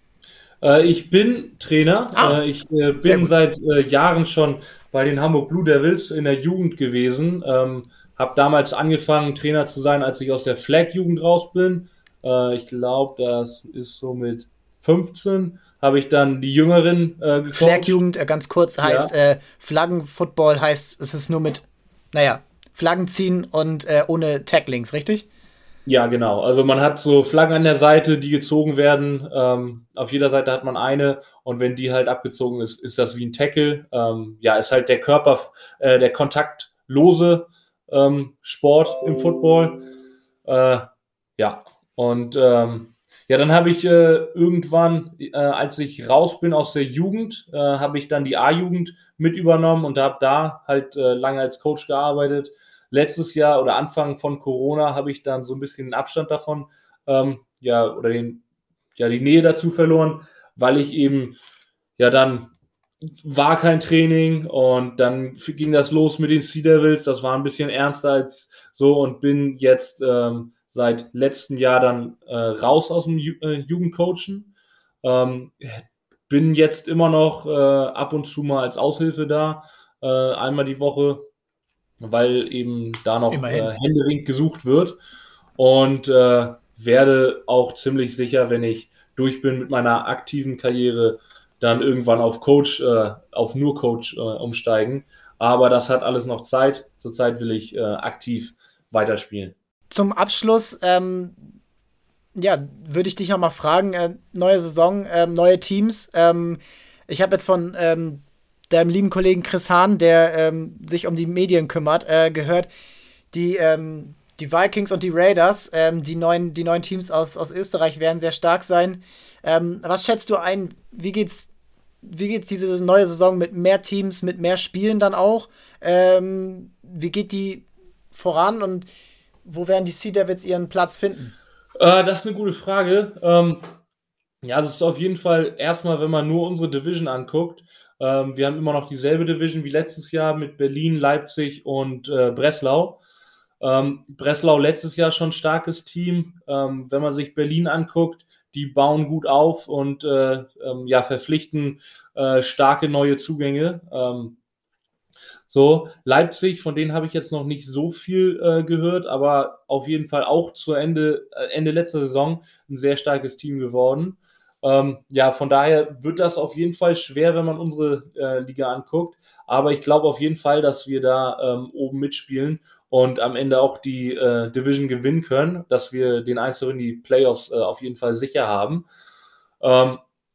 Äh, ich bin Trainer. Ah, Äh, ich äh, sehr bin gut. seit äh, Jahren schon bei den Hamburg Blue Devils in der Jugend gewesen. Ähm, habe damals angefangen, Trainer zu sein, als ich aus der Flag-Jugend raus bin. Äh, ich glaube, das ist so mit fünfzehn, habe ich dann die Jüngeren äh, gecoacht. Flag-Jugend, äh, ganz kurz, Ja, heißt äh, Flaggenfootball heißt, es ist nur mit, naja, Flaggen ziehen und äh, ohne Tacklings, richtig? ja, genau. Also man hat so Flaggen an der Seite, die gezogen werden. Ähm, auf jeder Seite hat man eine und wenn die halt abgezogen ist, ist das wie ein Tackle. Ähm, ja, ist halt der Körper, äh, der kontaktlose ähm, Sport im Football. Äh, ja, und ähm, Ja, dann habe ich äh, irgendwann, äh, als ich raus bin aus der Jugend, äh, habe ich dann die A-Jugend mit übernommen und habe da halt äh, lange als Coach gearbeitet. Letztes Jahr oder Anfang von Corona habe ich dann so ein bisschen den Abstand davon, ähm, ja, oder den, ja, die Nähe dazu verloren, weil ich eben, ja, dann war kein Training und dann ging das los mit den Sea Devils. Das war ein bisschen ernster als so und bin jetzt ähm, seit letztem Jahr dann äh, raus aus dem Ju äh, Jugendcoachen. Ähm, bin jetzt immer noch äh, ab und zu mal als Aushilfe da, äh, einmal die Woche, weil eben da noch äh, händeringend gesucht wird und äh, werde auch ziemlich sicher, wenn ich durch bin mit meiner aktiven Karriere, dann irgendwann auf Coach, äh, auf nur Coach äh, umsteigen. Aber das hat alles noch Zeit. Zurzeit will ich äh, aktiv weiterspielen. Zum Abschluss, ähm, ja, würde ich dich noch mal fragen, äh, neue Saison, ähm, neue Teams. Ähm, ich habe jetzt von ähm, deinem lieben Kollegen Chris Hahn, der ähm, sich um die Medien kümmert, äh, gehört, die, ähm, die Vikings und die Raiders, ähm, die neuen, die neuen Teams aus, aus Österreich werden sehr stark sein. Ähm, was schätzt du ein, wie geht's, wie geht's diese neue Saison mit mehr Teams, mit mehr Spielen dann auch? Ähm, wie geht die voran und wo werden die Sea Devils ihren Platz finden? Äh, das ist eine gute Frage. Ähm, ja, es ist auf jeden Fall erstmal, wenn man nur unsere Division anguckt, ähm, wir haben immer noch dieselbe Division wie letztes Jahr mit Berlin, Leipzig und äh, Breslau. Ähm, Breslau letztes Jahr schon starkes Team. Ähm, wenn man sich Berlin anguckt, die bauen gut auf und äh, ähm, ja, verpflichten äh, starke neue Zugänge. Ähm, so, Leipzig, von denen habe ich jetzt noch nicht so viel äh, gehört, aber auf jeden Fall auch zu Ende, äh, Ende letzter Saison ein sehr starkes Team geworden. Ähm, ja, von daher wird das auf jeden Fall schwer, wenn man unsere äh, Liga anguckt. Aber ich glaube auf jeden Fall, dass wir da ähm, oben mitspielen und am Ende auch die äh, Division gewinnen können, dass wir den Einzug in die Playoffs äh, auf jeden Fall sicher haben. Ähm,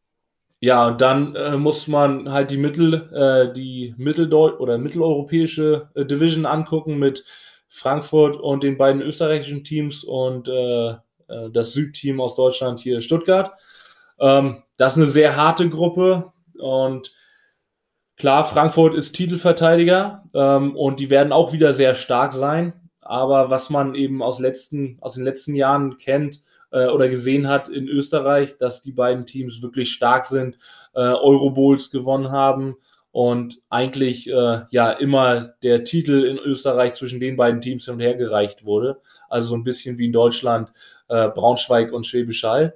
ja, und dann äh, muss man halt die Mittel, äh, die Mitteldeu- oder mitteleuropäische äh, Division angucken mit Frankfurt und den beiden österreichischen Teams und äh, äh, das Südteam aus Deutschland hier Stuttgart. Ähm, das ist eine sehr harte Gruppe und klar, Frankfurt ist Titelverteidiger ähm, und die werden auch wieder sehr stark sein. Aber was man eben aus, letzten, aus den letzten Jahren kennt äh, oder gesehen hat in Österreich, dass die beiden Teams wirklich stark sind, äh, Eurobowls gewonnen haben und eigentlich äh, ja immer der Titel in Österreich zwischen den beiden Teams hin und her gereicht wurde. Also so ein bisschen wie in Deutschland äh, Braunschweig und Schwäbisch Hall.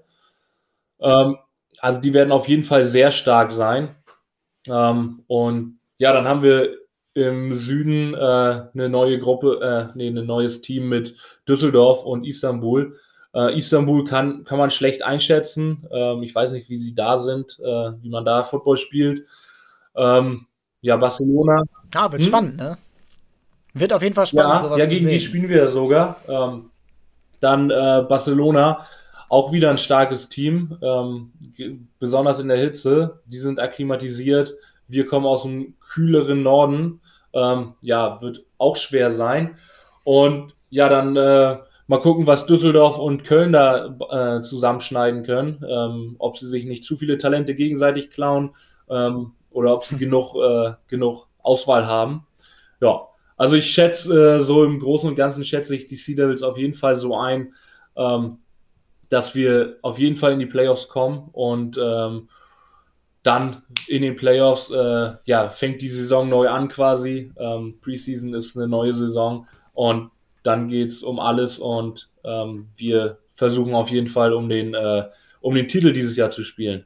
Ähm, also die werden auf jeden Fall sehr stark sein. Ähm, und ja, dann haben wir im Süden äh, eine neue Gruppe, äh, nee, ein neues Team mit Düsseldorf und Istanbul. Äh, Istanbul kann, kann man schlecht einschätzen. Ähm, ich weiß nicht, wie sie da sind, äh, wie man da Football spielt. Ähm, ja, Barcelona. Ah, wird Hm? spannend, ne? Wird auf jeden Fall spannend, Ja, ja, sowas zu gegen die sehen. spielen wir sogar. Ähm, dann äh, Barcelona, auch wieder ein starkes Team, ähm, besonders in der Hitze. Die sind akklimatisiert. Wir kommen aus dem kühleren Norden. Ähm, ja, wird auch schwer sein. Und ja, dann äh, mal gucken, was Düsseldorf und Köln da äh, zusammenschneiden können. Ähm, ob sie sich nicht zu viele Talente gegenseitig klauen ähm, oder ob sie genug, äh, genug Auswahl haben. Ja, also ich schätze, äh, so im Großen und Ganzen schätze ich die Sea Devils auf jeden Fall so ein, ähm, dass wir auf jeden Fall in die Playoffs kommen und ähm, dann in den Playoffs, äh, ja, fängt die Saison neu an quasi. Ähm, Preseason ist eine neue Saison und dann geht es um alles und ähm, wir versuchen auf jeden Fall um den, äh, um den Titel dieses Jahr zu spielen.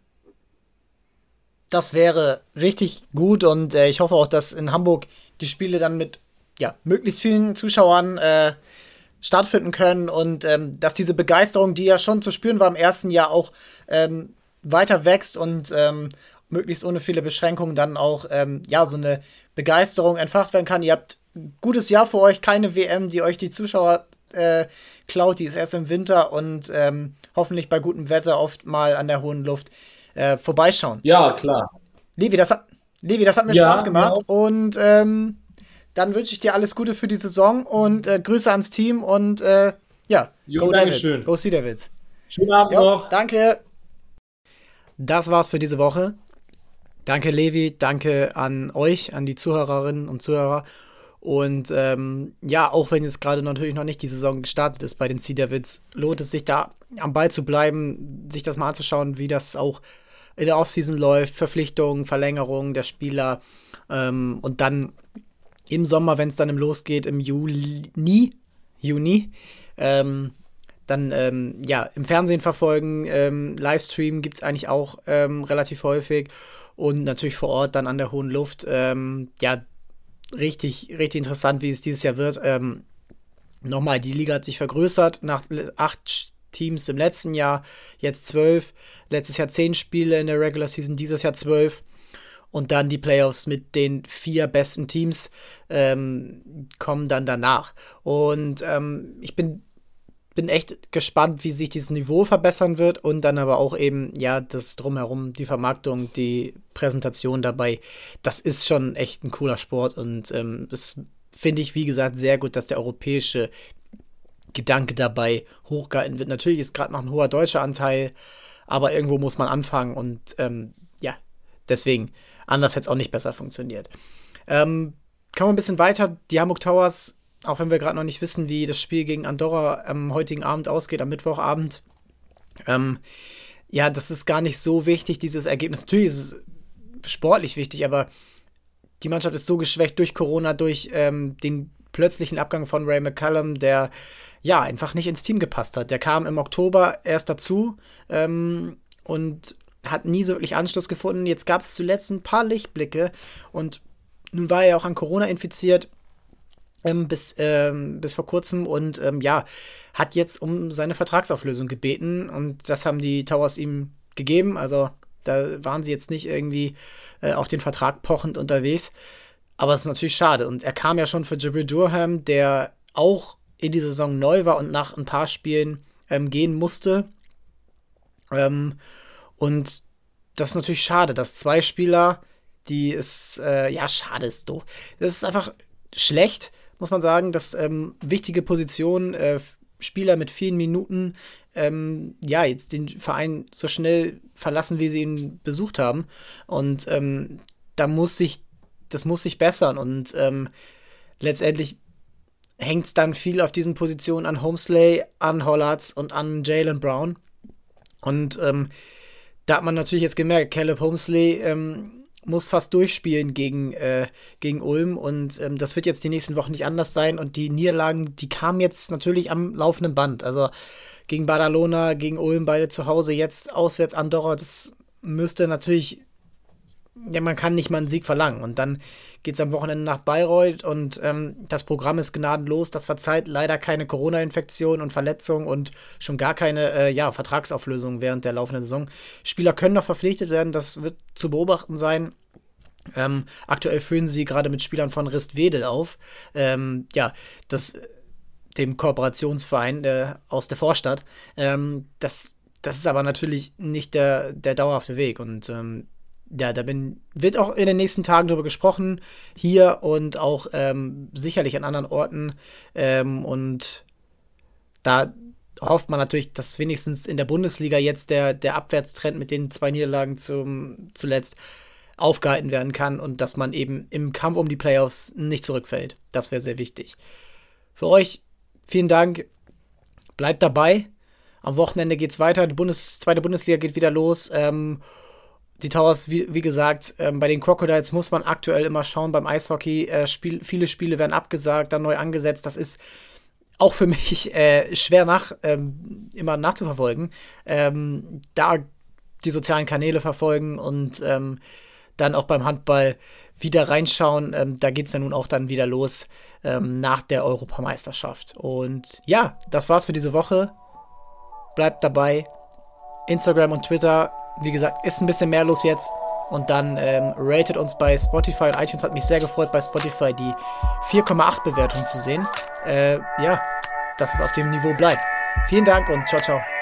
Das wäre richtig gut und äh, ich hoffe auch, dass in Hamburg die Spiele dann mit ja, möglichst vielen Zuschauern äh, stattfinden können und ähm, dass diese Begeisterung, die ja schon zu spüren war im ersten Jahr, auch ähm, weiter wächst und ähm, möglichst ohne viele Beschränkungen dann auch ähm, ja, so eine Begeisterung entfacht werden kann. Ihr habt ein gutes Jahr vor euch, keine W M, die euch die Zuschauer äh, klaut, die ist erst im Winter und ähm, hoffentlich bei gutem Wetter oft mal an der hohen Luft äh, vorbeischauen. Ja, klar. Levi, das hat, Levi, das hat mir Ja, Spaß gemacht ja. und ähm, dann wünsche ich dir alles Gute für die Saison und äh, Grüße ans Team und äh, ja, Jo, Go Devils, Dankeschön. Go Sea Devils. Schönen Abend Jo, noch. danke. Das war's für diese Woche. Danke, Levi. Danke an euch, an die Zuhörerinnen und Zuhörer. Und ähm, ja, auch wenn jetzt gerade natürlich noch nicht die Saison gestartet ist bei den Sea Devils, lohnt es sich da am Ball zu bleiben, sich das mal anzuschauen, wie das auch in der Offseason läuft, Verpflichtungen, Verlängerungen der Spieler ähm, und dann im Sommer, wenn es dann im losgeht, im Juni, Juni, ähm, dann ähm, ja, im Fernsehen verfolgen, ähm, Livestream gibt es eigentlich auch ähm, relativ häufig und natürlich vor Ort dann an der hohen Luft. Ähm, ja, richtig, richtig interessant, wie es dieses Jahr wird. Ähm, nochmal, die Liga hat sich vergrößert nach acht Teams im letzten Jahr, jetzt zwölf. Letztes Jahr zehn Spiele in der Regular Season, dieses Jahr zwölf. Und dann die Playoffs mit den vier besten Teams ähm, kommen dann danach. Und ähm, ich bin, bin echt gespannt, wie sich dieses Niveau verbessern wird und dann aber auch eben, ja, das Drumherum, die Vermarktung, die Präsentation dabei. Das ist schon echt ein cooler Sport und ähm, das finde ich, wie gesagt, sehr gut, dass der europäische Gedanke dabei hochgehalten wird. Natürlich ist gerade noch ein hoher deutscher Anteil, aber irgendwo muss man anfangen und ähm, ja, deswegen, anders hätte es auch nicht besser funktioniert. Ähm, kommen wir ein bisschen weiter. Die Hamburg Towers, auch wenn wir gerade noch nicht wissen, wie das Spiel gegen Andorra am heutigen Abend ausgeht, am Mittwochabend. Ähm, ja, das ist gar nicht so wichtig, dieses Ergebnis. Natürlich ist es sportlich wichtig, aber die Mannschaft ist so geschwächt durch Corona, durch ähm, den plötzlichen Abgang von Ray McCallum, der ja einfach nicht ins Team gepasst hat. Der kam im Oktober erst dazu ähm, und hat nie so wirklich Anschluss gefunden. Jetzt gab es zuletzt ein paar Lichtblicke und nun war er auch an Corona infiziert ähm, bis, ähm, bis vor kurzem und ähm, ja, hat jetzt um seine Vertragsauflösung gebeten und das haben die Towers ihm gegeben. Also da waren sie jetzt nicht irgendwie äh, auf den Vertrag pochend unterwegs. Aber es ist natürlich schade. Und er kam ja schon für Jabril Durham, der auch in die Saison neu war und nach ein paar Spielen ähm, gehen musste. Ähm, und das ist natürlich schade, dass zwei Spieler, die es, äh, ja, schade ist doof. Das ist einfach schlecht, muss man sagen, dass ähm, wichtige Positionen, äh, Spieler mit vielen Minuten, ähm, ja, jetzt den Verein so schnell verlassen, wie sie ihn besucht haben. Und ähm, da muss sich, das muss sich bessern. Und ähm, letztendlich hängt es dann viel auf diesen Positionen an Homesley, an Hollatz und an Jaylen Brown. Und ähm, da hat man natürlich jetzt gemerkt, Caleb Homesley ähm, muss fast durchspielen gegen, äh, gegen Ulm und ähm, das wird jetzt die nächsten Wochen nicht anders sein und die Niederlagen, die kamen jetzt natürlich am laufenden Band, also gegen Badalona, gegen Ulm, beide zu Hause, jetzt auswärts Andorra, das müsste natürlich, ja, man kann nicht mal einen Sieg verlangen und dann geht es am Wochenende nach Bayreuth und ähm, das Programm ist gnadenlos, das verzeiht leider keine Corona-Infektion und Verletzung und schon gar keine äh, ja, Vertragsauflösung während der laufenden Saison. Spieler können noch verpflichtet werden, das wird zu beobachten sein. Ähm, aktuell füllen sie gerade mit Spielern von Ristwedel auf. Ähm, ja, das dem Kooperationsverein äh, aus der Vorstadt. Ähm, das, das ist aber natürlich nicht der, der dauerhafte Weg und ähm, ja, da bin, wird auch in den nächsten Tagen darüber gesprochen, hier und auch ähm, sicherlich an anderen Orten. Ähm, und da hofft man natürlich, dass wenigstens in der Bundesliga jetzt der, der Abwärtstrend mit den zwei Niederlagen zum, zuletzt aufgehalten werden kann und dass man eben im Kampf um die Playoffs nicht zurückfällt. Das wäre sehr wichtig. Für euch vielen Dank. Bleibt dabei. Am Wochenende geht's weiter. Die Bundes-, zweite Bundesliga geht wieder los. Ähm, Die Towers, wie, wie gesagt, ähm, bei den Crocodiles muss man aktuell immer schauen. Beim Eishockey, äh, Spiel, viele Spiele werden abgesagt, dann neu angesetzt. Das ist auch für mich äh, schwer nach, ähm, immer nachzuverfolgen. Ähm, da die sozialen Kanäle verfolgen und ähm, dann auch beim Handball wieder reinschauen. Ähm, da geht es ja nun auch dann wieder los ähm, nach der Europameisterschaft. Und ja, das war's für diese Woche. Bleibt dabei. Instagram und Twitter, wie gesagt, ist ein bisschen mehr los jetzt. Und dann ähm, ratet uns bei Spotify und iTunes. Hat mich sehr gefreut, bei Spotify die vier Komma acht Bewertung zu sehen. Äh, ja, dass es auf dem Niveau bleibt. Vielen Dank und ciao, ciao.